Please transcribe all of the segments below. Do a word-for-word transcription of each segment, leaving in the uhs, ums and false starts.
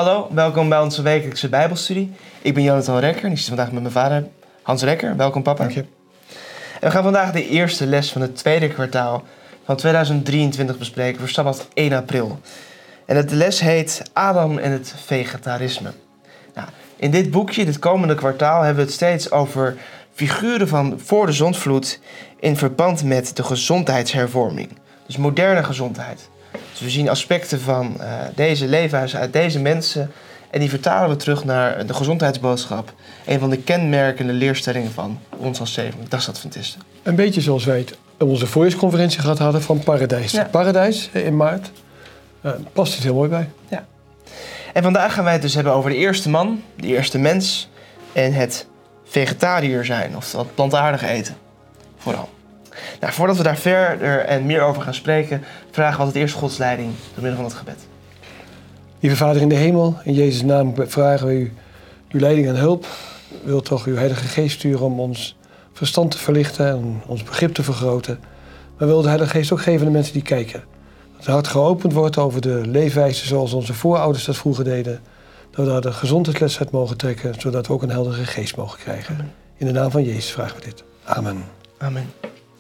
Hallo, welkom bij onze wekelijkse Bijbelstudie. Ik ben Jonathan Rekker en ik zit vandaag met mijn vader Hans Rekker. Welkom papa. Dank je. En we gaan vandaag de eerste les van het tweede kwartaal van tweeduizend drieëntwintig bespreken voor Sabbat één april. En de les heet Adam en het vegetarisme. Nou, in dit boekje, dit komende kwartaal, hebben we het steeds over figuren van voor de zondvloed in verband met de gezondheidshervorming. Dus moderne gezondheid. Dus we zien aspecten van uh, deze leefwijze uit deze mensen en die vertalen we terug naar de gezondheidsboodschap. Een van de kenmerkende leerstellingen van ons als Zeventiendagsadventisten. Een beetje zoals wij het op onze voorjaarsconferentie gehad hadden van Paradijs. Ja. Paradijs in maart. Uh, past het heel mooi bij. Ja. En vandaag gaan wij het dus hebben over de eerste man, de eerste mens en het vegetariër zijn, oftewel het plantaardig eten. Vooral. Nou, voordat we daar verder en meer over gaan spreken, vragen we altijd eerst Gods leiding door middel van het gebed. Lieve Vader in de hemel, in Jezus' naam vragen we u uw leiding en hulp. U wilt toch uw Heilige Geest sturen om ons verstand te verlichten en ons begrip te vergroten. Maar wil de Heilige Geest ook geven aan de mensen die kijken. Dat het hart geopend wordt over de leefwijze zoals onze voorouders dat vroeger deden. Dat we daar de gezondheidsles uit mogen trekken, zodat we ook een heldere geest mogen krijgen. Amen. In de naam van Jezus vragen we dit. Amen. Amen.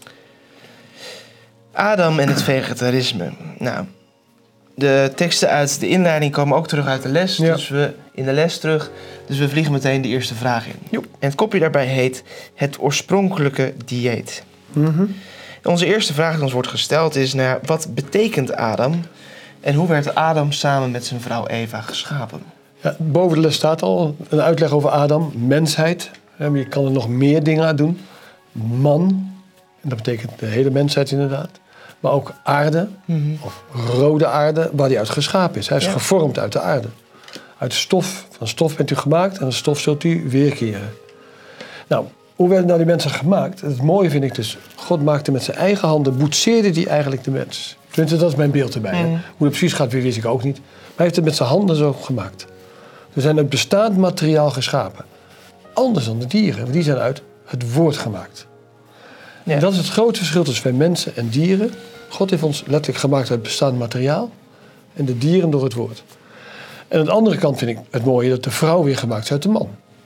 Adam en het vegetarisme. Nou, de teksten uit de inleiding komen ook terug uit de les. Ja. Dus we in de les terug. Dus we vliegen meteen de eerste vraag in. Joep. En het kopje daarbij heet het oorspronkelijke dieet. Mm-hmm. Onze eerste vraag die ons wordt gesteld is: nou, wat betekent Adam? En hoe werd Adam samen met zijn vrouw Eva geschapen? Ja, boven de les staat al een uitleg over Adam, mensheid. Maar je kan er nog meer dingen aan doen. Man, en dat betekent de hele mensheid inderdaad. Maar ook aarde, Mm-hmm. of rode aarde, waar hij uit geschapen is. Hij is Ja. gevormd uit de aarde. Uit stof, van stof bent u gemaakt en de stof zult u weerkeren. Nou, hoe werden nou die mensen gemaakt? Het mooie vind ik dus, God maakte met zijn eigen handen, boetseerde die eigenlijk de mens. Tenminste, dat is mijn beeld erbij. Hè? Mm. Hoe dat precies gaat, wist ik ook niet. Maar hij heeft het met zijn handen zo gemaakt. We zijn uit bestaand materiaal geschapen. Anders dan de dieren, want die zijn uit het woord gemaakt. Ja. En dat is het grote verschil tussen mensen en dieren. God heeft ons letterlijk gemaakt uit bestaand materiaal en de dieren door het woord. En aan de andere kant vind ik het mooie dat de vrouw weer gemaakt is uit de man.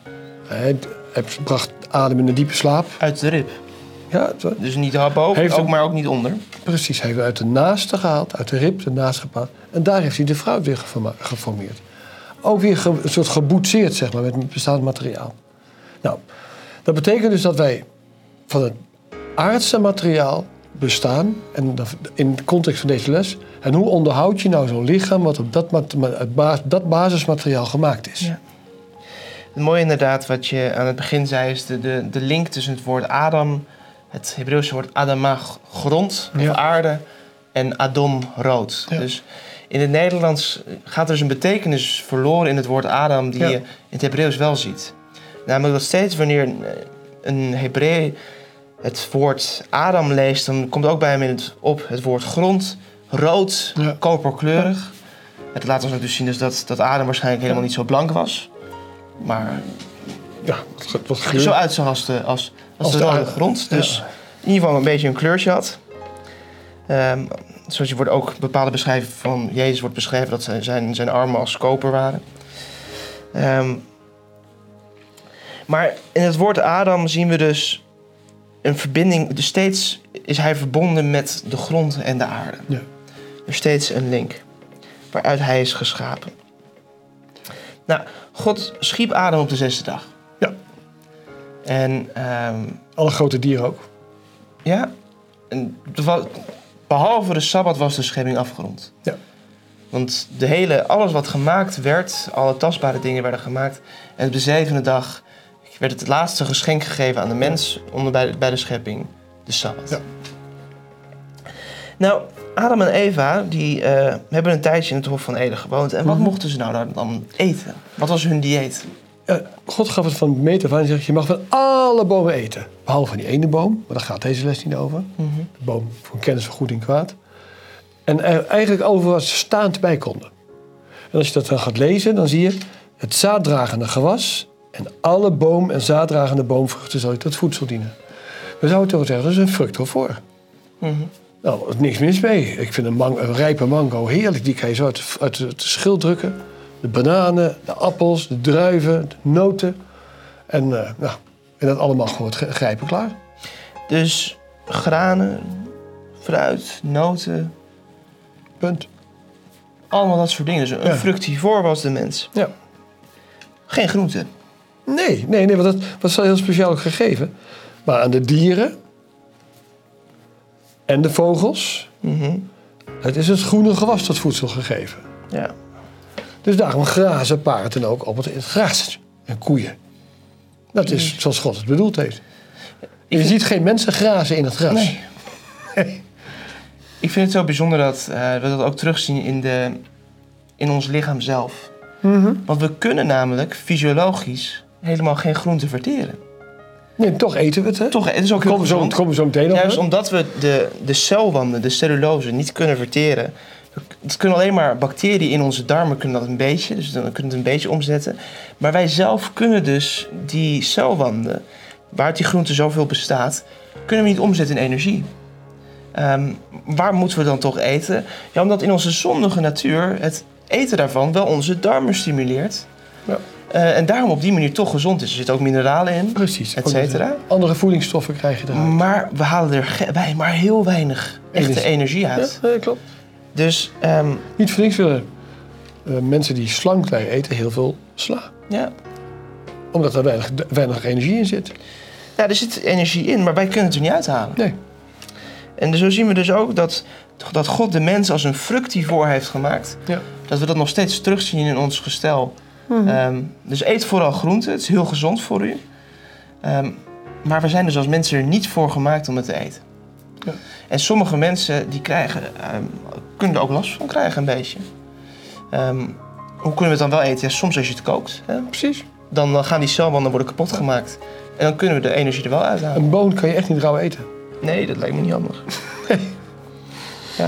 Hij, hij bracht Adam in een diepe slaap. Uit de rib. Ja, zo- Dus niet boven, Heeft ook, hem- maar ook niet onder. precies. Hij heeft uit de naaste gehaald, uit de rib de naast gepaard. En daar heeft hij de vrouw weer geforma- geformeerd. Ook weer ge- een soort geboetseerd, zeg maar, met bestaand materiaal. Nou, dat betekent dus dat wij van het aardse materiaal bestaan. En dat- in de context van deze les. En hoe onderhoud je nou zo'n lichaam wat op dat, mat- uit ba- dat basismateriaal gemaakt is? Ja. Het mooie inderdaad, wat je aan het begin zei, is de, de, de link tussen het woord Adam, het Hebreeuwse woord Adama, grond of Ja. aarde, en Adon, rood. Ja. Dus in het Nederlands gaat er dus een betekenis verloren in het woord Adam die Ja. je in het Hebreeuws wel ziet. Namelijk dat steeds wanneer een Hebreeër het woord Adam leest, dan komt ook bij hem in het, op het woord grond, rood, Ja. koperkleurig. Het laat ons ook dus zien dus dat, dat Adam waarschijnlijk helemaal niet zo blank was. Maar Ja, wat, wat zo kleur. uitzag als de, als, als Als de de rode aarde. grond. Dus Ja. in ieder geval een beetje een kleurtje had. Ehm, zoals je wordt ook bepaalde beschrijving van Jezus wordt beschreven dat zijn, zijn, zijn armen als koper waren. Ehm, maar in het woord Adam zien we dus een verbinding. Dus steeds is hij verbonden met de grond en de aarde. Ja. Er is steeds een link waaruit hij is geschapen. Nou, God schiep Adam op de zesde dag. Ja. En ehm, Alle grote dieren ook. ja, en er wa- behalve de Sabbat was de schepping afgerond. Ja. Want de hele, alles wat gemaakt werd, alle tastbare dingen werden gemaakt. En op de zevende dag werd het, het laatste geschenk gegeven aan de mens onder bij, bij de schepping, de Sabbat. Ja. Nou, Adam en Eva die, eh, hebben een tijdje in het Hof van Eden gewoond. En wat Mhm. mochten ze nou dan- dan eten? Wat was hun dieet? Ja, God gaf het van het meter van. Hij zegt, je mag van alle bomen eten. Behalve van die ene boom, maar daar gaat deze les niet over. De boom van kennis van goed en kwaad. En er eigenlijk over wat ze staand bij konden. En als je dat dan gaat lezen, dan zie je het zaaddragende gewas en alle boom- en zaaddragende boomvruchten zal je tot voedsel dienen. We zouden toch zeggen, dat is een fructofoor. Mhm. Nou, er is niks mis mee. Ik vind een, man- een rijpe mango heerlijk. Die kan je zo uit, uit het schil drukken. de bananen, de appels, de druiven, de noten. En, uh, nou, en dat allemaal gewoon grijpen klaar. Dus granen, fruit, noten. Punt. Allemaal dat soort dingen. Dus een ja. fructivoor was de mens. Ja. Geen groenten. Nee, nee, nee, want dat was heel speciaal ook gegeven. Maar aan de dieren en de vogels, mm-hmm. het is het groene gewas tot voedsel gegeven. Ja. Dus daarom grazen paarden ook op het gras en koeien. Dat is zoals God het bedoeld heeft. Je vind... ziet geen mensen grazen in het gras. Nee. nee. Ik vind het zo bijzonder dat uh, we dat ook terugzien in, de, in ons lichaam zelf. Mm-hmm. Want we kunnen namelijk fysiologisch helemaal geen groenten verteren. Nee, toch eten we het, hè? Toch, het is ook heel kom gezond. Zo, komen we zo meteen op. Juist omdat we de, de celwanden, de cellulose, niet kunnen verteren. Het kunnen alleen maar bacteriën in onze darmen kunnen dat een beetje. Dus dan kunnen we het een beetje omzetten. Maar wij zelf kunnen dus die celwanden, waaruit die groente zoveel bestaat, kunnen we niet omzetten in energie. Um, waar moeten we dan toch eten? Ja, omdat in onze zondige natuur het eten daarvan wel onze darmen stimuleert. Ja. Uh, en daarom op die manier toch gezond is. Er zitten ook mineralen in, precies, et cetera. Andere voedingsstoffen krijg je eruit. Maar we halen er ge- wij maar heel weinig echte energie, energie uit. Ja, ja, klopt. Dus, um, niet voor niks willen uh, mensen die slank zijn eten heel veel sla. Ja. Omdat er weinig, weinig energie in zit. Ja, er zit energie in, maar wij kunnen het er niet uithalen. Nee. En zo zien we dus ook dat, dat God de mens als een fructivoor heeft gemaakt. Ja. Dat we dat nog steeds terugzien in ons gestel. Mm-hmm. Um, dus eet vooral groenten, het is heel gezond voor u. Um, maar we zijn dus als mensen er niet voor gemaakt om het te eten. Ja. En sommige mensen die krijgen, um, kunnen er ook last van krijgen een beetje. Um, hoe kunnen we het dan wel eten? Ja, soms als je het kookt. Hè? Precies. Dan gaan die celwanden worden kapot gemaakt. En dan kunnen we de energie er wel uithalen. Een boon kan je echt niet rauw eten. Nee, dat lijkt me niet handig. ja.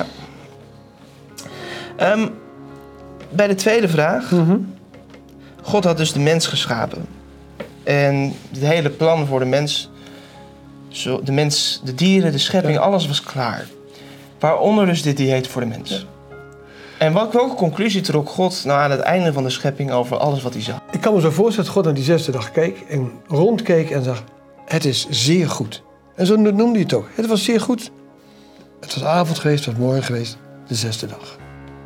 Um, bij de tweede vraag. Mm-hmm. God had dus de mens geschapen. En het hele plan voor de mens, zo, de mens, de dieren, de schepping, ja. alles was klaar. Waaronder dus dit dieet voor de mens. Ja. En welke conclusie trok God nou aan het einde van de schepping over alles wat hij zag? Ik kan me zo voorstellen dat God naar die zesde dag keek en rondkeek en zag, het is zeer goed. En zo noemde hij het ook. Het was zeer goed. Het was avond geweest, het was morgen geweest, de zesde dag.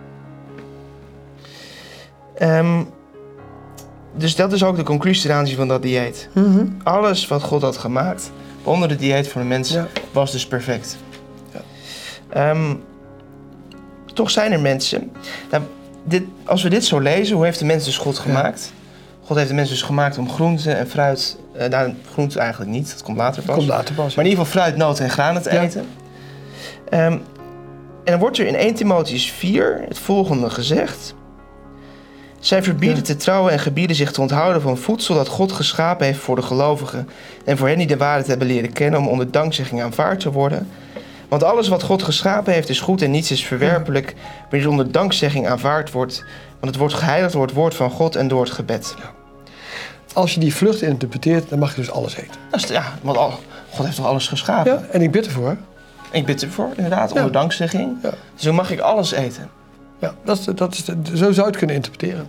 Um, dus dat is ook de conclusie ten aanzien van dat dieet. Mm-hmm. Alles wat God had gemaakt, onder het dieet voor de mens, ja. was dus perfect. Ja. Um, toch zijn er mensen... Nou, dit, als we dit zo lezen, hoe heeft de mens dus God gemaakt? Ja. God heeft de mens dus gemaakt om groenten en fruit... Uh, nou, groente eigenlijk niet, dat komt later pas. Komt later pas. Maar in ieder geval fruit, noten en granen te ja. eten. Um, en dan wordt er in eerste Timotheüs vier het volgende gezegd. Zij verbieden ja. te trouwen en gebieden zich te onthouden van voedsel dat God geschapen heeft voor de gelovigen. En voor hen die de waarheid hebben leren kennen om onder dankzegging aanvaard te worden. Want alles wat God geschapen heeft is goed en niets is verwerpelijk, wanneer het onder dankzegging aanvaard wordt. Want het wordt geheiligd door het woord van God en door het gebed. Ja. Als je die vlucht interpreteert, dan mag je dus alles eten. Dat is, ja, want al, God heeft toch alles geschapen? Ja, en ik bid ervoor. En ik bid ervoor, inderdaad, onder ja. dankzegging. Ja. Dus dan mag ik alles eten. Ja, dat is, dat is, zo zou je het kunnen interpreteren.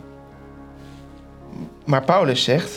Maar Paulus zegt...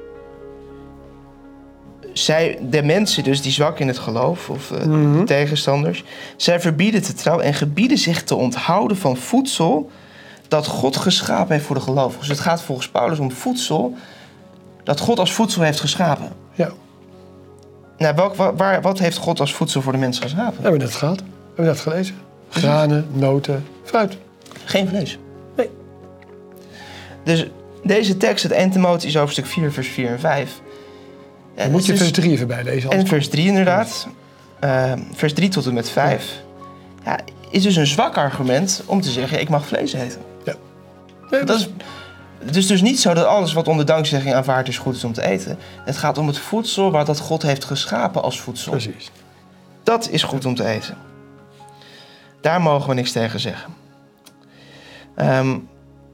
Zij, de mensen dus die zwak in het geloof, of uh, mm-hmm. de tegenstanders... zij verbieden te trouwen en gebieden zich te onthouden van voedsel... dat God geschapen heeft voor de gelovigen. Dus het gaat volgens Paulus om voedsel... dat God als voedsel heeft geschapen. Ja. Nou, welk, waar, wat heeft God als voedsel voor de mens geschapen? Hebben we net gehad. Hebben we net gelezen. Granen, noten, fruit. Geen vlees. Nee. Dus deze tekst, het eerste Timotheüs hoofdstuk vier, vers vier en vijf... Dan moet je dus, vers drie even bijlezen. En vers drie inderdaad. Uh, vers drie tot en met vijf. Ja. Ja, is dus een zwak argument om te zeggen, ik mag vlees eten. Ja. Nee, dat is, het is dus niet zo dat alles wat onder dankzegging aanvaard is goed is om te eten. Het gaat om het voedsel waar dat God heeft geschapen als voedsel. Precies. Dat is goed om te eten. Daar mogen we niks tegen zeggen. Um,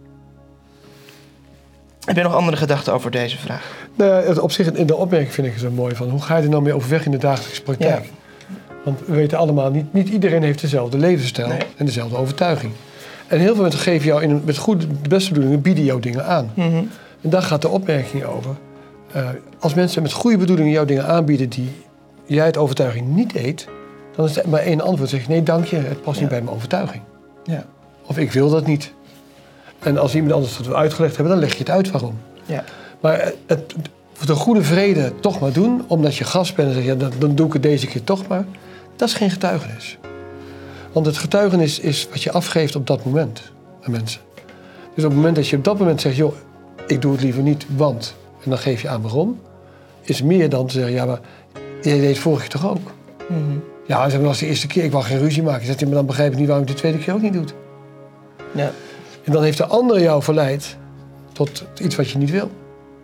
heb je nog andere gedachten over deze vraag? Nou ja, op zich in de opmerking vind ik het zo mooi van hoe ga je er nou mee overweg in de dagelijkse praktijk? Ja. Want we weten allemaal, niet, niet iedereen heeft dezelfde levensstijl nee. en dezelfde overtuiging. En heel veel mensen geven jou in, met goede, de beste bedoelingen, bieden jou dingen aan. Mm-hmm. En daar gaat de opmerking over. Uh, als mensen met goede bedoelingen jou dingen aanbieden die jij uit overtuiging niet eet, dan is er maar één antwoord. Zeg je, nee, dank je, het past ja. niet bij mijn overtuiging. Ja. Of ik wil dat niet. En als iemand anders dat wil uitgelegd hebben, dan leg je het uit waarom. Ja. Maar het, het, de goede vrede toch maar doen, omdat je gast bent en zeg je, ja, dan, dan doe ik het deze keer toch maar. Dat is geen getuigenis. Want het getuigenis is wat je afgeeft op dat moment aan mensen. Dus op het moment dat je op dat moment zegt, joh, ik doe het liever niet, want... en dan geef je aan waarom, is meer dan te zeggen, ja, maar jij deed het vorige keer toch ook? Mm-hmm. Ja, dat was de eerste keer, ik wou geen ruzie maken. Zegt hij, maar dan begrijp ik niet waarom je het de tweede keer ook niet doet. Ja. En dan heeft de ander jou verleid tot iets wat je niet wil.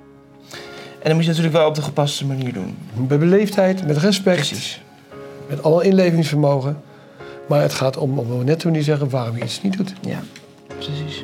En dan moet je natuurlijk wel op de gepaste manier doen. Met beleefdheid, met respect, Precies. met alle inlevingsvermogen. Maar het gaat om op een nette manier zeggen waarom je iets niet doet. Ja, precies.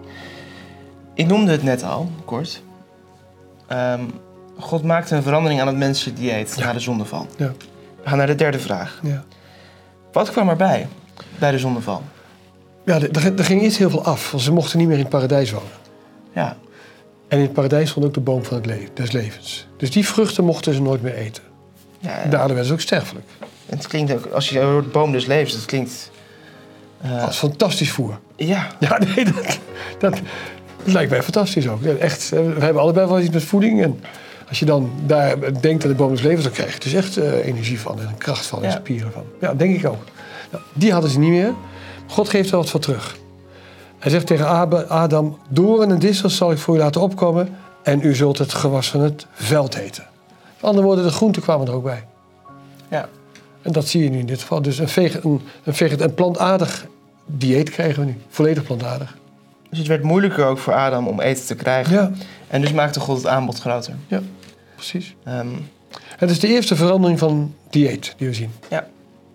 Ik noemde het net al, kort. Um, God maakte een verandering aan het menselijk dieet ja. na de zondeval. Ja. We gaan naar de derde vraag. Ja. Wat kwam erbij bij de zondeval? Ja, er, er ging iets heel veel af. Want ze mochten niet meer in het paradijs wonen. Ja. En in het paradijs stond ook de boom van het leven, des levens. Dus die vruchten mochten ze nooit meer eten. Ja, ja. Daardoor werden ze ook sterfelijk. En het klinkt ook, als je hoort boom des levens, dat klinkt... Uh... Als fantastisch voer. Ja. Ja, nee, dat, dat, dat lijkt mij fantastisch ook. Echt, we hebben allebei wel iets met voeding. En als je dan daar denkt aan de boom des levens, dan krijg je dus echt uh, energie van en kracht van en ja. spieren van. Ja, denk ik ook. Nou, die hadden ze niet meer. God geeft er wat voor terug. Hij zegt tegen Adam, doornen en distels zal ik voor u laten opkomen en u zult het gewas van het veld eten. Met andere woorden, de groenten kwamen er ook bij. Ja. En dat zie je nu in dit geval. Dus een, vege, een, een, vege, een plantaardig dieet krijgen we nu. Volledig plantaardig. Dus het werd moeilijker ook voor Adam om eten te krijgen. Ja. En dus maakte God het aanbod groter. Ja, precies. Um, het is de eerste verandering van dieet die we zien. Ja.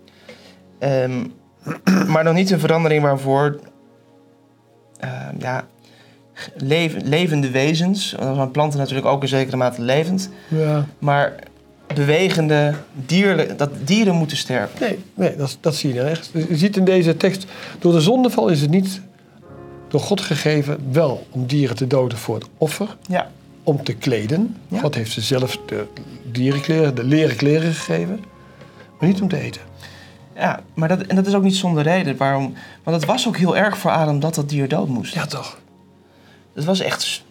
Um, maar nog niet een verandering waarvoor... Uh, ja, leven, levende wezens, dan zijn planten natuurlijk ook in zekere mate levend, ja. maar bewegende dieren, dat dieren moeten sterven. Nee, nee dat, dat zie je echt. Je ziet in deze tekst, door de zondeval is het niet door God gegeven wel om dieren te doden voor het offer, ja. om te kleden. Ja. God heeft ze zelf de dierenkleren, de leren kleren gegeven, maar niet om te eten. Ja, maar dat, en dat is ook niet zonder reden. Waarom? Want het was ook heel erg voor Adam dat dat dier dood moest. Ja, toch? Het was echt...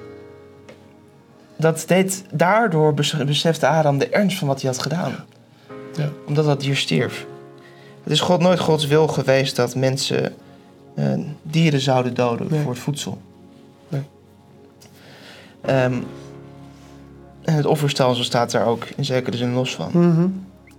Dat deed... Daardoor besefte Adam de ernst van wat hij had gedaan. Ja. Omdat dat dier stierf. Het is God nooit Gods wil geweest dat mensen uh, dieren zouden doden nee. voor het voedsel. Nee. Um, en het offerstelsel staat daar ook in zekere zin los van. Mm-hmm.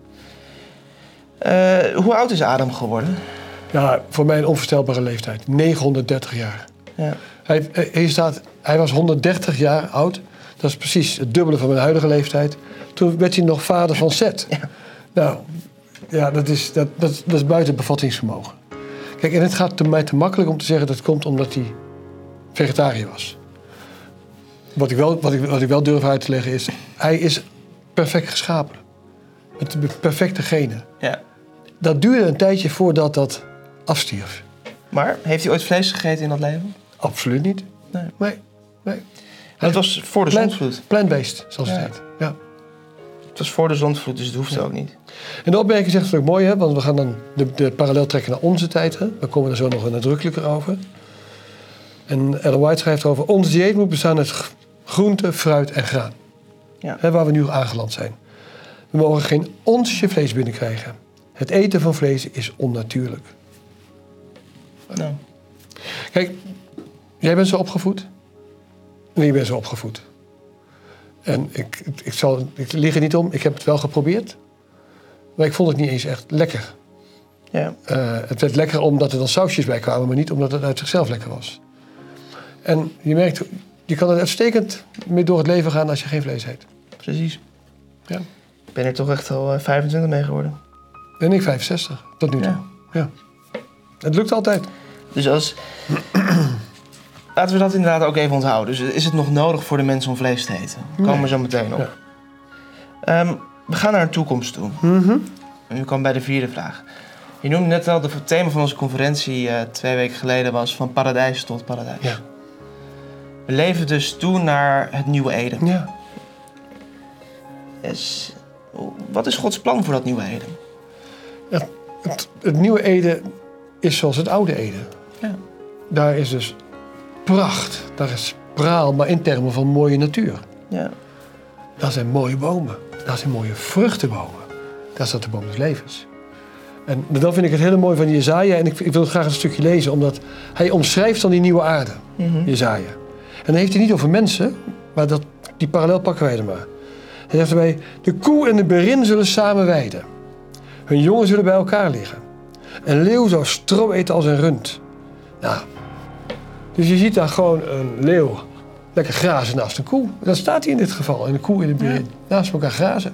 Uh, hoe oud is Adam geworden? Ja, voor mij een onvoorstelbare leeftijd. negenhonderddertig jaar. Ja. Hij, hij, staat, hij was honderddertig jaar oud. Dat is precies het dubbele van mijn huidige leeftijd. Toen werd hij nog vader van Seth. Ja. Nou, ja, dat is, dat, dat, dat is buiten bevattingsvermogen. Kijk, en het gaat mij te makkelijk om te zeggen dat het komt omdat hij vegetariër was. Wat ik wel, wat ik, wat ik wel durf uit te leggen is, hij is perfect geschapen. Met de perfecte genen. Ja. Dat duurde een tijdje voordat dat afstierf. Maar heeft hij ooit vlees gegeten in dat leven? Absoluut niet. Nee. Nee. nee. Het was voor de Plant, zondvloed. Plant-based, zoals het ja. heet. Ja. Het was voor de zondvloed, dus het hoeft ja. ook niet. En de opmerking zegt het ook mooi, hè? Want we gaan dan de, de parallel trekken naar onze tijd. Hè? We komen er zo nog nadrukkelijker over. En Ellen White schrijft over, ons dieet moet bestaan uit groente, fruit en graan. Ja. Hè, waar we nu aangeland zijn. We mogen geen onsje vlees binnenkrijgen. Het eten van vlees is onnatuurlijk. Nou. Kijk, jij bent zo opgevoed. En ik ben zo opgevoed. En ik, ik, zal, ik lieg er niet om, ik heb het wel geprobeerd. Maar ik vond het niet eens echt lekker. Ja. Uh, het werd lekker omdat er dan sausjes bij kwamen, maar niet omdat het uit zichzelf lekker was. En je merkt, je kan er uitstekend mee door het leven gaan als je geen vlees eet. Precies. Ja. Ik ben er toch echt al uh, vijfentwintig mee geworden. En ik vijfenzestig, tot nu toe. Ja. Ja. Het lukt altijd. Dus als... Laten we dat inderdaad ook even onthouden. Dus is het nog nodig voor de mensen om vlees te eten? Daar komen we zo meteen op. Ja. Um, we gaan naar de toekomst toe. Mm-hmm. En nu komen we bij de vierde vraag. Je noemde net al, het thema van onze conferentie uh, twee weken geleden was van paradijs tot paradijs. Ja. We leven dus toe naar het nieuwe Eden. Ja. Is, wat is Gods plan voor dat nieuwe Eden? Het, het, het nieuwe Eden is zoals het oude Eden. Ja. Daar is dus pracht, daar is praal, maar in termen van mooie natuur. Ja. Daar zijn mooie bomen, daar zijn mooie vruchtenbomen. Daar staat de boom des levens. En dan vind ik het hele mooi van Jesaja, en ik, ik wil graag een stukje lezen, omdat hij omschrijft dan die nieuwe aarde, Mm-hmm. Jesaja. En dan heeft hij niet over mensen, maar dat, die parallel pakken wij er maar. Hij zegt erbij, de koe en de berin zullen samen weiden. Hun jongen zullen bij elkaar liggen. Een leeuw zou stro eten als een rund. Nou, dus je ziet daar gewoon een leeuw lekker grazen naast een koe. Dat staat hij in dit geval, en een koe en een berin. Ja. Naast elkaar grazen.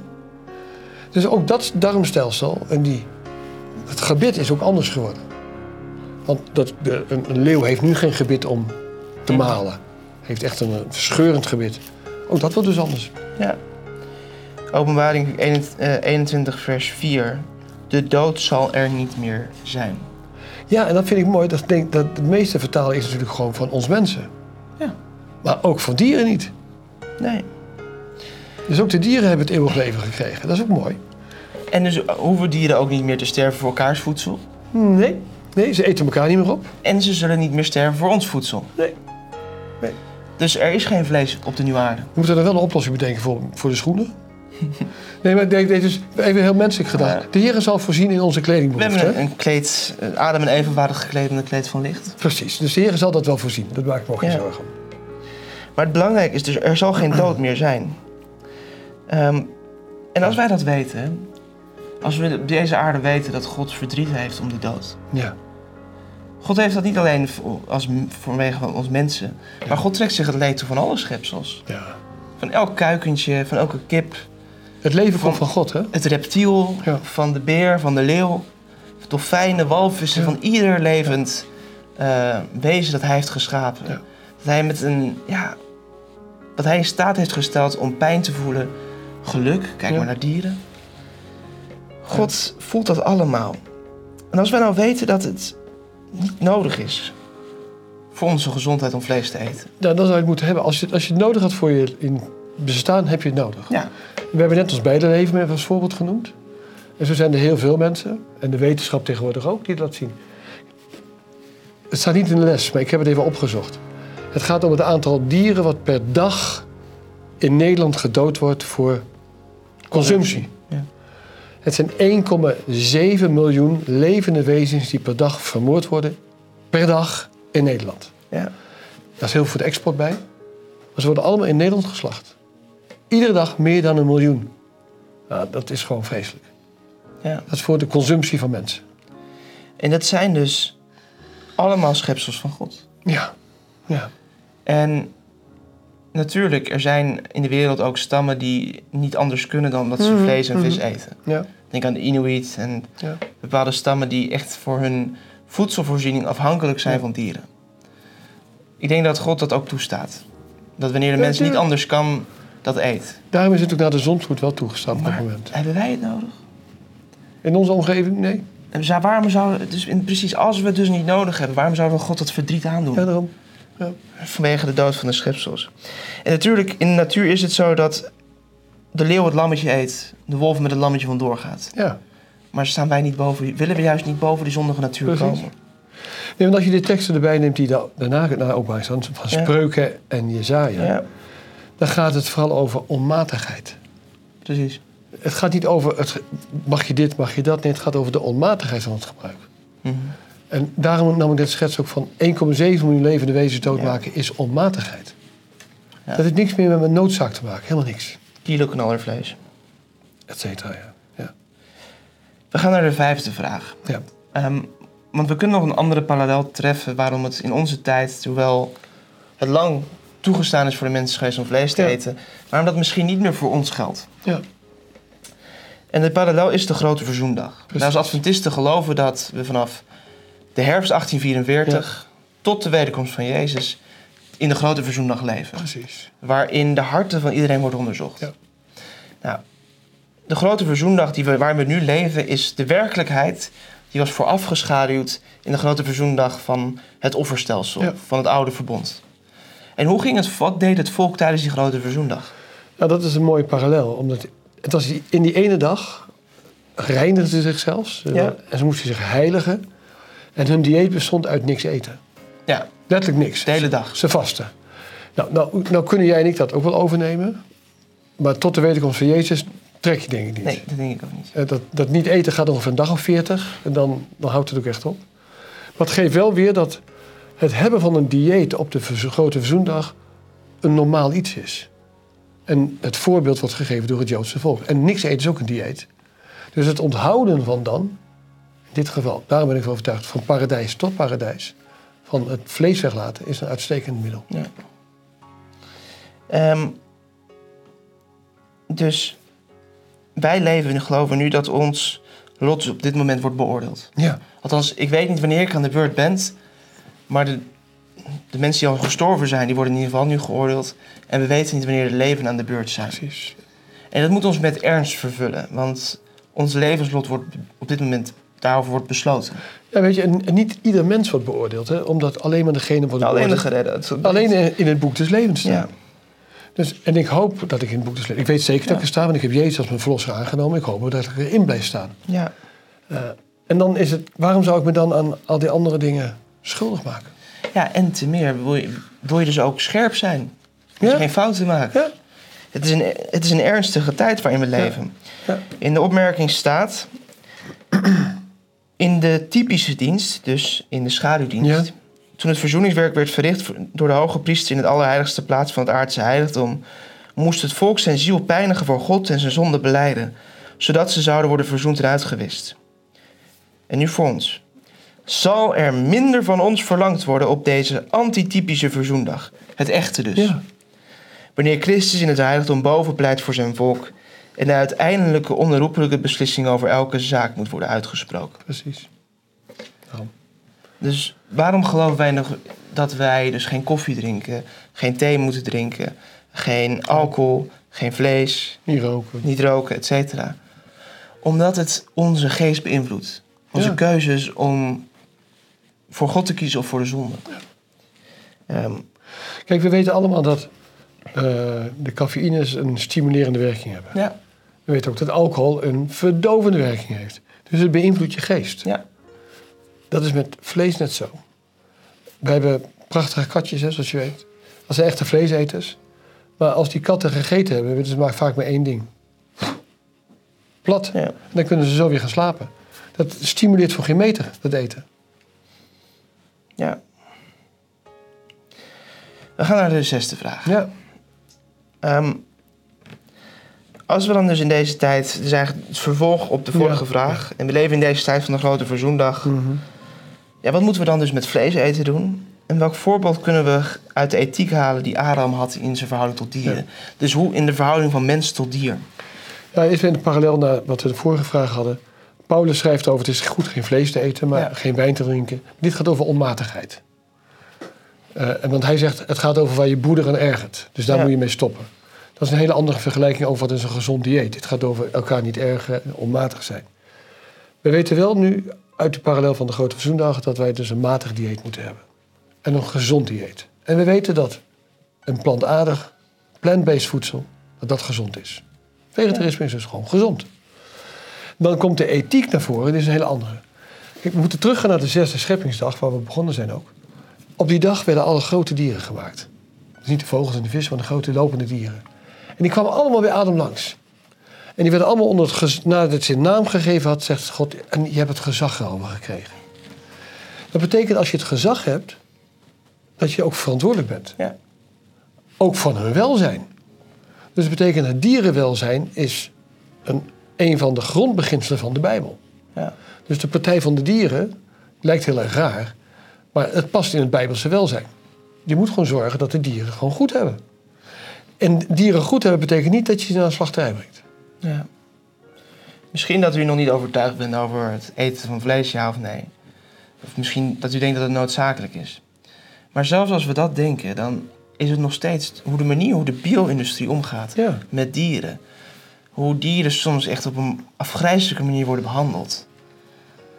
Dus ook dat darmstelsel en die, het gebit is ook anders geworden. Want dat, de, een, een leeuw heeft nu geen gebit om te malen. Heeft echt een, een scheurend gebit. Ook dat wordt dus anders. Ja. Openbaring eenentwintig vers vier. De dood zal er niet meer zijn. Ja, en dat vind ik mooi. Dat, denk, dat de meeste vertalen is natuurlijk gewoon van ons mensen. Ja. Maar ook van dieren niet. Nee. Dus ook de dieren hebben het eeuwig leven gekregen. Dat is ook mooi. En dus hoeven dieren ook niet meer te sterven voor elkaars voedsel. Nee, nee, ze eten elkaar niet meer op. En ze zullen niet meer sterven voor ons voedsel. Nee. Nee. Dus er is geen vlees op de nieuwe aarde. We moeten er wel een oplossing bedenken voor, voor de schoenen. Nee, maar dit is even heel menselijk gedaan. Ja. De Heere zal voorzien in onze We kledingbehoeften. hebben een, een kleed, Adam en Eva waren gekleed in een kleed van licht. Precies, dus de Heere zal dat wel voorzien. Dat maak ik me ook geen Ja. zorgen om. Maar het belangrijke is dus, er zal geen dood meer zijn. Um, en als wij dat weten, als we op deze aarde weten dat God verdriet heeft om die dood. Ja. God heeft dat niet alleen als, vanwege van ons mensen, Ja. maar God trekt zich het leed toe van alle schepsels. Ja. Van elk kuikentje, van elke kip, Het leven Van- komt van God, hè? het reptiel, Ja. van de beer, van de leeuw, dolfijnen, walvissen, Ja. van ieder levend uh, wezen dat hij heeft geschapen. Ja. Dat hij met een, ja, dat hij in staat heeft gesteld om pijn te voelen, geluk, kijk Ja. maar naar dieren. God voelt dat allemaal. En als wij nou weten dat het niet nodig is voor onze gezondheid om vlees te eten. Ja, dan zou je het moeten hebben. Als je, als je het nodig had voor je in bestaan, heb je het nodig. Ja. We hebben net ons bijbelleven als voorbeeld genoemd. En zo zijn er heel veel mensen, en de wetenschap tegenwoordig ook, die dat zien. Het staat niet in de les, maar ik heb het even opgezocht. Het gaat om het aantal dieren wat per dag in Nederland gedood wordt voor consumptie. Ja. Het zijn één komma zeven miljoen levende wezens die per dag vermoord worden, per dag in Nederland. Ja. Daar is heel veel voor de export bij. Maar ze worden allemaal in Nederland geslacht. Iedere dag meer dan een miljoen. Nou, dat is gewoon vreselijk. Ja. Dat is voor de consumptie van mensen. En dat zijn dus allemaal schepsels van God. Ja. Ja. En natuurlijk, er zijn in de wereld ook stammen die niet anders kunnen dan dat ze vlees en vis eten. Ja. Denk aan de Inuit en Ja. bepaalde stammen die echt voor hun voedselvoorziening afhankelijk zijn Ja. van dieren. Ik denk dat God dat ook toestaat. Dat wanneer de Ja, mens niet tuurlijk. anders kan, dat eet. Daarom is het ook naar de zondvloed wel toegestaan op dat Maar moment. hebben wij het nodig? In onze omgeving, nee. En zou- waarom zouden, dus in, precies als we het dus niet nodig hebben, waarom zouden we God dat verdriet aandoen? Ja, daarom. Ja. Vanwege de dood van de schepsels. En natuurlijk, in de natuur is het zo dat de leeuw het lammetje eet, de wolf met het lammetje vandoor gaat. Ja. Maar staan wij niet boven, willen we juist niet boven die zondige natuur Precies. komen? Nee, want als je de teksten erbij neemt die da- daarna naar openbaar staan, van Ja. Spreuken en Jezaja, Ja, dan gaat het vooral over onmatigheid. precies. Het gaat niet over, het, mag je dit, mag je dat. Nee, het gaat over de onmatigheid van het gebruik. Mhm. En daarom nam ik dit schets ook van één komma zeven miljoen levende wezens doodmaken is onmatigheid. Ja. Dat heeft niks meer met mijn noodzaak te maken. Helemaal niks. Kiloknallervlees. Et cetera, ja. Ja. We gaan naar de vijfde vraag. Ja. Ehm, want we kunnen nog een andere parallel treffen waarom het in onze tijd, hoewel het lang toegestaan is voor de mensen geweest om vlees te Ja. eten, waarom dat misschien niet meer voor ons geldt. Ja. En de parallel is de grote verzoendag. Precies. Nou, als Adventisten geloven dat we vanaf de herfst achttien vierenveertig tot de wederkomst van Jezus in de grote verzoendag leven. Precies. Waarin de harten van iedereen worden onderzocht. Ja. Nou, de grote verzoendag die we, waar we nu leven is de werkelijkheid die was voorafgeschaduwd in de grote verzoendag van het offerstelsel, Ja. van het oude verbond. En hoe ging het, wat deed het volk tijdens die grote verzoendag? Nou, dat is een mooie parallel. Omdat het was die, in die ene dag reinigden ze zichzelf. Ja. En ze moesten zich heiligen. En hun dieet bestond uit niks eten. Ja, Letterlijk niks. de hele dag. Ze vasten. Nou, nou, nou kunnen jij en ik dat ook wel overnemen. Maar tot de wederkomst van Jezus trek je denk ik niet. Nee, dat denk ik ook niet. Eh, Dat, dat niet eten gaat ongeveer een dag of veertig. En dan, dan houdt het ook echt op. Maar het geeft wel weer dat het hebben van een dieet op de verzo- grote verzoendag een normaal iets is. En het voorbeeld wordt gegeven door het Joodse volk. En niks eten is ook een dieet. Dus het onthouden van dan, in dit geval, daarom ben ik van overtuigd, van paradijs tot paradijs, van het vlees weglaten, is een uitstekend middel. Ja. Ehm, dus wij leven en geloven nu dat ons lot op dit moment wordt beoordeeld. Ja, Althans, ik weet niet wanneer ik aan de beurt ben, maar de, de mensen die al gestorven zijn, die worden in ieder geval nu geoordeeld. En we weten niet wanneer de leven aan de beurt zijn. precies. En dat moet ons met ernst vervullen, want ons levenslot wordt op dit moment daarover wordt besloten. Ja, weet je, en, en niet ieder mens wordt beoordeeld, hè, omdat alleen maar degene wordt Alleen de beoordeeld. geredden. Alleen in, in het boek des levens staan. Ja. Dus, en ik hoop dat ik in het boek des levens... Ik weet zeker dat ik er sta, want ik heb Jezus als mijn verlosser aangenomen. Ik hoop ook dat ik erin blijf staan. Ja. Uh, en dan is het... Waarom zou ik me dan aan al die andere dingen schuldig maken? Ja, en te meer wil je, wil je dus ook scherp zijn. Dat Ja. je geen fouten maakt. Ja? Het is, een, het is een ernstige tijd waarin we leven. Ja. In de opmerking staat... In de typische dienst, dus in de schaduwdienst... Ja. Toen het verzoeningswerk werd verricht door de hoge priester... in het allerheiligste plaats van het aardse heiligdom... moest het volk zijn ziel pijnigen voor God en zijn zonde belijden... zodat ze zouden worden verzoend en uitgewist. En nu voor ons. Zal er minder van ons verlangd worden op deze antitypische verzoendag? Het echte dus. Ja. Wanneer Christus in het heiligdom boven pleit voor zijn volk... en de uiteindelijke onherroepelijke beslissing over elke zaak moet worden uitgesproken. Precies. Daarom. Dus waarom geloven wij nog dat wij dus geen koffie drinken... geen thee moeten drinken, geen alcohol, geen vlees... Niet roken. niet roken, et cetera? Omdat het onze geest beïnvloedt. Onze Ja. keuzes om voor God te kiezen of voor de zonde. Ehm, Kijk, we weten allemaal dat uh, de cafeïnes een stimulerende werking hebben. ja, We weten ook dat alcohol een verdovende werking heeft. Dus het beïnvloedt je geest. ja, Dat is met vlees net zo. Wij hebben prachtige katjes, hè, zoals je weet. Dat zijn echte vleeseters. Maar als die katten gegeten hebben, willen ze maar vaak maar één ding. Plat. ja. En dan kunnen ze zo weer gaan slapen. Dat stimuleert voor geen meter, dat eten. ja. We gaan naar de zesde vraag. Ja. Ehm, als we dan dus in deze tijd... dus eigenlijk het vervolg op de vorige Ja. vraag... en we leven in deze tijd van de grote verzoendag... Mhm. ja, wat moeten we dan dus met vlees eten doen? En welk voorbeeld kunnen we uit de ethiek halen... die Adam had in zijn verhouding tot dieren? Ja. Dus hoe in de verhouding van mens tot dier? Ja, is weer een parallel naar wat we de vorige vraag hadden. Paulus schrijft over het is goed geen vlees te eten, maar Ja. geen wijn te drinken. Dit gaat over onmatigheid. Uh, en want hij zegt, het gaat over waar je broeder aan ergert. Dus daar Ja. moet je mee stoppen. Dat is een hele andere vergelijking over wat is een gezond dieet. Dit gaat over elkaar niet ergeren en onmatig zijn. We weten wel nu uit de parallel van de grote verzoendagen... dat wij dus een matig dieet moeten hebben. En een gezond dieet. En we weten dat een plantaardig, plant-based voedsel... dat dat gezond is. Vegetarisme is dus gewoon gezond. Dan komt de ethiek naar voren, dit is een hele andere. Kijk, we moeten teruggaan naar de zesde scheppingsdag, waar we begonnen zijn ook. Op die dag werden alle grote dieren gemaakt. Dus niet de vogels en de vissen, maar de grote lopende dieren. En die kwamen allemaal bij Adam langs. En die werden allemaal onder het gez- nadat ze een naam gegeven had, zegt God, en je hebt het gezag erover gekregen. Dat betekent als je het gezag hebt, dat je ook verantwoordelijk bent. Ja. Ook van hun welzijn. Dus dat betekent dat dierenwelzijn is een, een van de grondbeginselen van de Bijbel. Ja. Dus de Partij van de Dieren lijkt heel erg raar, maar het past in het Bijbelse welzijn. Je moet gewoon zorgen dat de dieren gewoon goed hebben. En dieren goed hebben betekent niet dat je ze naar een slachterij brengt. Ja. Misschien dat u nog niet overtuigd bent over het eten van vlees, ja of nee. Of misschien dat u denkt dat het noodzakelijk is. Maar zelfs als we dat denken, dan is het nog steeds hoe de manier hoe de bio-industrie omgaat Ja. met dieren. Hoe dieren soms echt op een afgrijzelijke manier worden behandeld.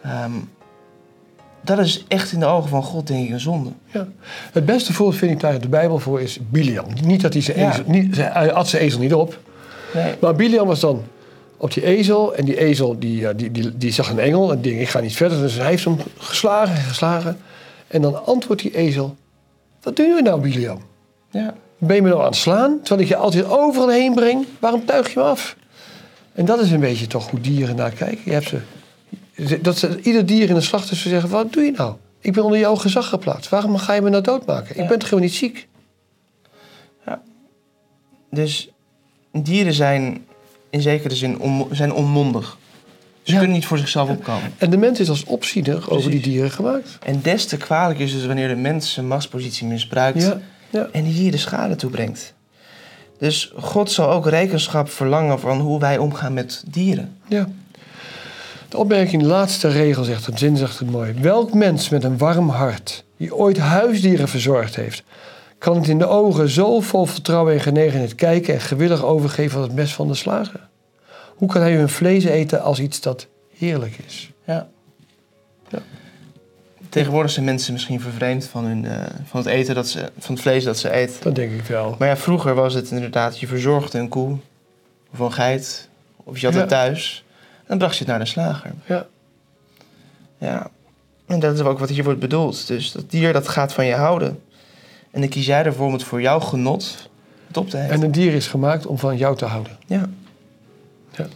Um, dat is echt in de ogen van God, denk ik, een zonde. Ja. Het beste voorbeeld vind ik daar in de Bijbel voor is Biliam. Niet dat hij zijn Ja. ezel... Niet, hij had zijn ezel niet op. Nee. Maar Biliam was dan op die ezel. En die ezel die, die, die, die zag een engel. En die ik ga niet verder. Dus hij heeft hem geslagen en geslagen. En dan antwoordt die ezel. Wat doe je nou, Biliam? Ja. Ben je me nou aan het slaan? Terwijl ik je altijd overal heen breng. Waarom tuig je me af? En dat is een beetje toch hoe dieren naar kijken. Je hebt ze... Dat ze, ieder dier in een slachthuis zeggen, wat doe je nou? Ik ben onder jouw gezag geplaatst. Waarom ga je me nou doodmaken? Ik Ja. ben toch gewoon niet ziek? Ja. Dus dieren zijn in zekere zin on, zijn onmondig. Ze Ja. kunnen niet voor zichzelf opkomen. En de mens is als opziener over die dieren gemaakt. En des te kwalijk is dus wanneer de mens zijn machtspositie misbruikt... Ja, ja. en die dieren schade toebrengt. Dus God zal ook rekenschap verlangen van hoe wij omgaan met dieren. Ja. De opmerking, de laatste regel zegt het, zin zegt het mooi. Welk mens met een warm hart, die ooit huisdieren verzorgd heeft, kan het in de ogen zo vol vertrouwen en genegenheid kijken en gewillig overgeven aan het mes van de slager? Hoe kan hij hun vlees eten als iets dat heerlijk is? Ja. Ja. Tegenwoordig zijn mensen misschien vervreemd van, hun, uh, van het eten dat ze, van het vlees dat ze eten. Dat denk ik wel. Maar ja, vroeger was het inderdaad, je verzorgde een koe of een geit, of je had het Ja. thuis. Dan bracht je het naar de slager. Ja. Ja. En dat is ook wat hier wordt bedoeld. Dus dat dier dat gaat van je houden. En dan kies jij ervoor om het voor jouw genot het op te eten. En een dier is gemaakt om van jou te houden. Ja. Ja.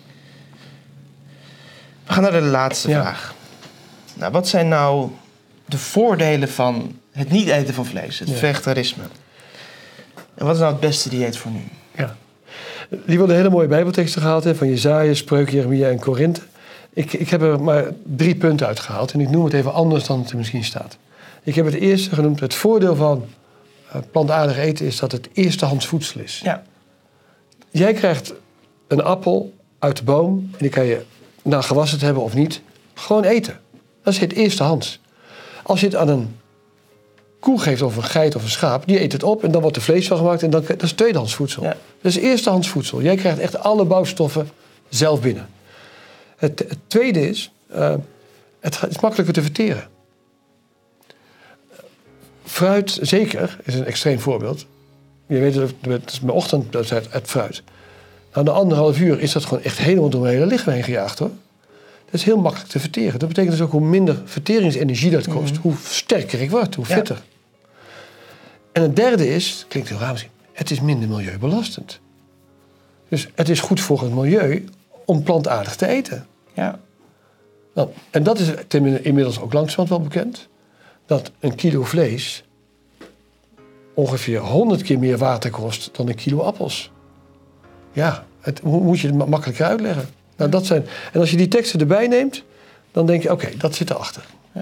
We gaan naar de laatste Ja. vraag. Nou, wat zijn nou de voordelen van het niet eten van vlees? Het Ja. vegetarisme. En wat is nou het beste dieet voor nu? Ja. Die worden hele mooie bijbelteksten gehaald, hè, van Jesaja, Spreuken, Jeremia en Korinthe. Ik, ik heb er maar drie punten uitgehaald en ik noem het even anders dan het er misschien staat. Ik heb het eerste genoemd, het voordeel van uh, plantaardig eten is dat het eerstehands voedsel is. Ja. Jij krijgt een appel uit de boom en die kan je na gewassen hebben of niet, gewoon eten. Dat is het eerstehands. Als je het aan een koe geeft of een geit of een schaap, die eet het op en dan wordt er vlees van gemaakt en dan, dat is tweedehands voedsel. Ja. Dat is eerstehands voedsel. Jij krijgt echt alle bouwstoffen zelf binnen. Het, het tweede is, uh, het is makkelijker te verteren. Fruit, zeker, is een extreem voorbeeld. Je weet, het is mijn ochtend, dat is het, het fruit. Na een anderhalf uur is dat gewoon echt helemaal door mijn hele lichaam heen gejaagd, hoor. Dat is heel makkelijk te verteren. Dat betekent dus ook hoe minder verteringsenergie dat kost, Mm-hmm. hoe sterker ik word, hoe Ja. fitter. En het derde is, klinkt heel raar misschien, het is minder milieubelastend. Dus het is goed voor het milieu om plantaardig te eten. Ja. Nou, en dat is inmiddels ook langzamerhand wel bekend. Dat een kilo vlees ongeveer honderd keer meer water kost dan een kilo appels. Ja, het, hoe moet je het ma- makkelijker uitleggen? Nou, dat zijn, en als je die teksten erbij neemt, dan denk je, oké, okay, dat zit erachter.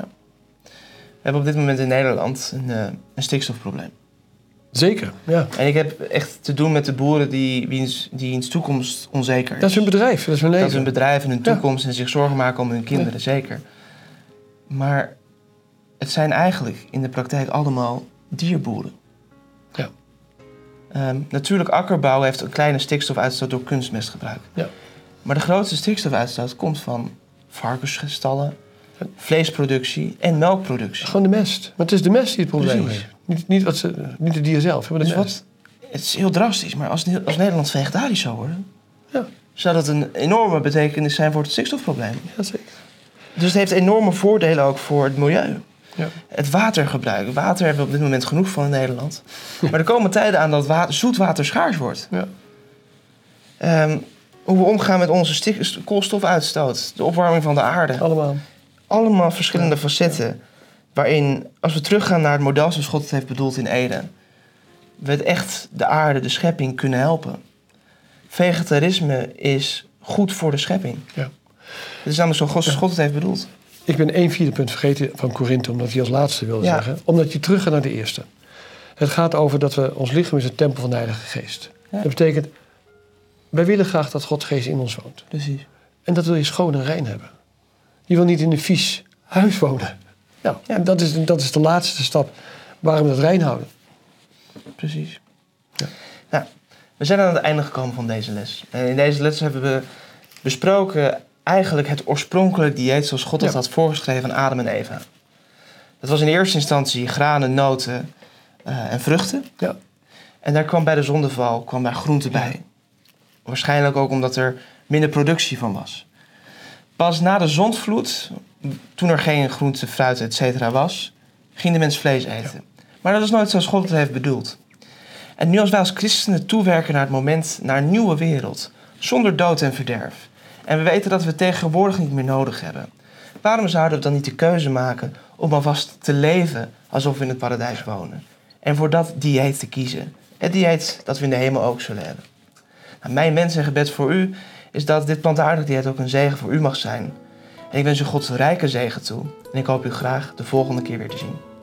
We hebben op dit moment in Nederland een, uh, een stikstofprobleem. Zeker, ja. En ik heb echt te doen met de boeren die, wiens, die in de toekomst onzeker is. Dat is hun bedrijf, dat is hun leven. Dat is hun bedrijf en hun Ja. toekomst en zich zorgen maken om hun kinderen, Ja. zeker. Maar het zijn eigenlijk in de praktijk allemaal dierboeren. Ja. Um, natuurlijk, akkerbouw heeft een kleine stikstofuitstoot door kunstmestgebruik. Ja. Maar de grootste stikstofuitstoot komt van varkensstallen, vleesproductie en melkproductie. Gewoon de mest. Maar het is de mest die het probleem Precies. heeft. Niet, niet, wat ze, niet de dier zelf, maar de Dus mest. wat, het is heel drastisch, maar als, als Nederland vegetarisch zou worden, Ja. zou dat een enorme betekenis zijn voor het stikstofprobleem. Ja, zeker. Dus het heeft enorme voordelen ook voor het milieu. Ja. Het watergebruik. Water hebben we op dit moment genoeg van in Nederland. Maar er komen tijden aan dat water, zoetwater schaars wordt. Ja. Um, hoe we omgaan met onze stik- koolstofuitstoot. De opwarming van de aarde. Allemaal. Allemaal verschillende facetten. Waarin, als we teruggaan naar het model zoals God het heeft bedoeld in Eden, we het echt de aarde, de schepping kunnen helpen. Vegetarisme is goed voor de schepping. Ja. Het is namelijk zoals God het heeft bedoeld. Ik ben één vierde punt vergeten van Korinthe, omdat hij als laatste wilde Ja. zeggen. Omdat je terug gaat naar de eerste. Het gaat over dat we, ons lichaam is een tempel van de Heilige Geest. Ja. Dat betekent, wij willen graag dat Gods Geest in ons woont. Precies. En dat wil je schoon en rein hebben. Je wil niet in een vies huis wonen. Nou, Ja. en dat is, dat is de laatste stap waarom we dat rein houden. Precies. Ja. Nou, we zijn aan het einde gekomen van deze les. En in deze les hebben we besproken eigenlijk het oorspronkelijk dieet zoals God dat Ja. had voorgeschreven aan Adam en Eva. Dat was in eerste instantie granen, noten uh, en vruchten. Ja. En daar kwam bij de zondeval kwam daar groente bij. Waarschijnlijk ook omdat er minder productie van was. Pas na de zondvloed, toen er geen groente, fruit, et cetera was, ging de mens vlees eten. Ja. Maar dat is nooit zoals God het heeft bedoeld. En nu als wij als christenen toewerken naar het moment, naar een nieuwe wereld, zonder dood en verderf. En we weten dat we het tegenwoordig niet meer nodig hebben. Waarom zouden we dan niet de keuze maken om alvast te leven alsof we in het paradijs wonen? En voor dat dieet te kiezen. Het dieet dat we in de hemel ook zullen hebben. Nou, mijn wens en gebed voor u is dat dit plantaardig dieet ook een zegen voor u mag zijn. En ik wens u Gods rijke zegen toe. En ik hoop u graag de volgende keer weer te zien.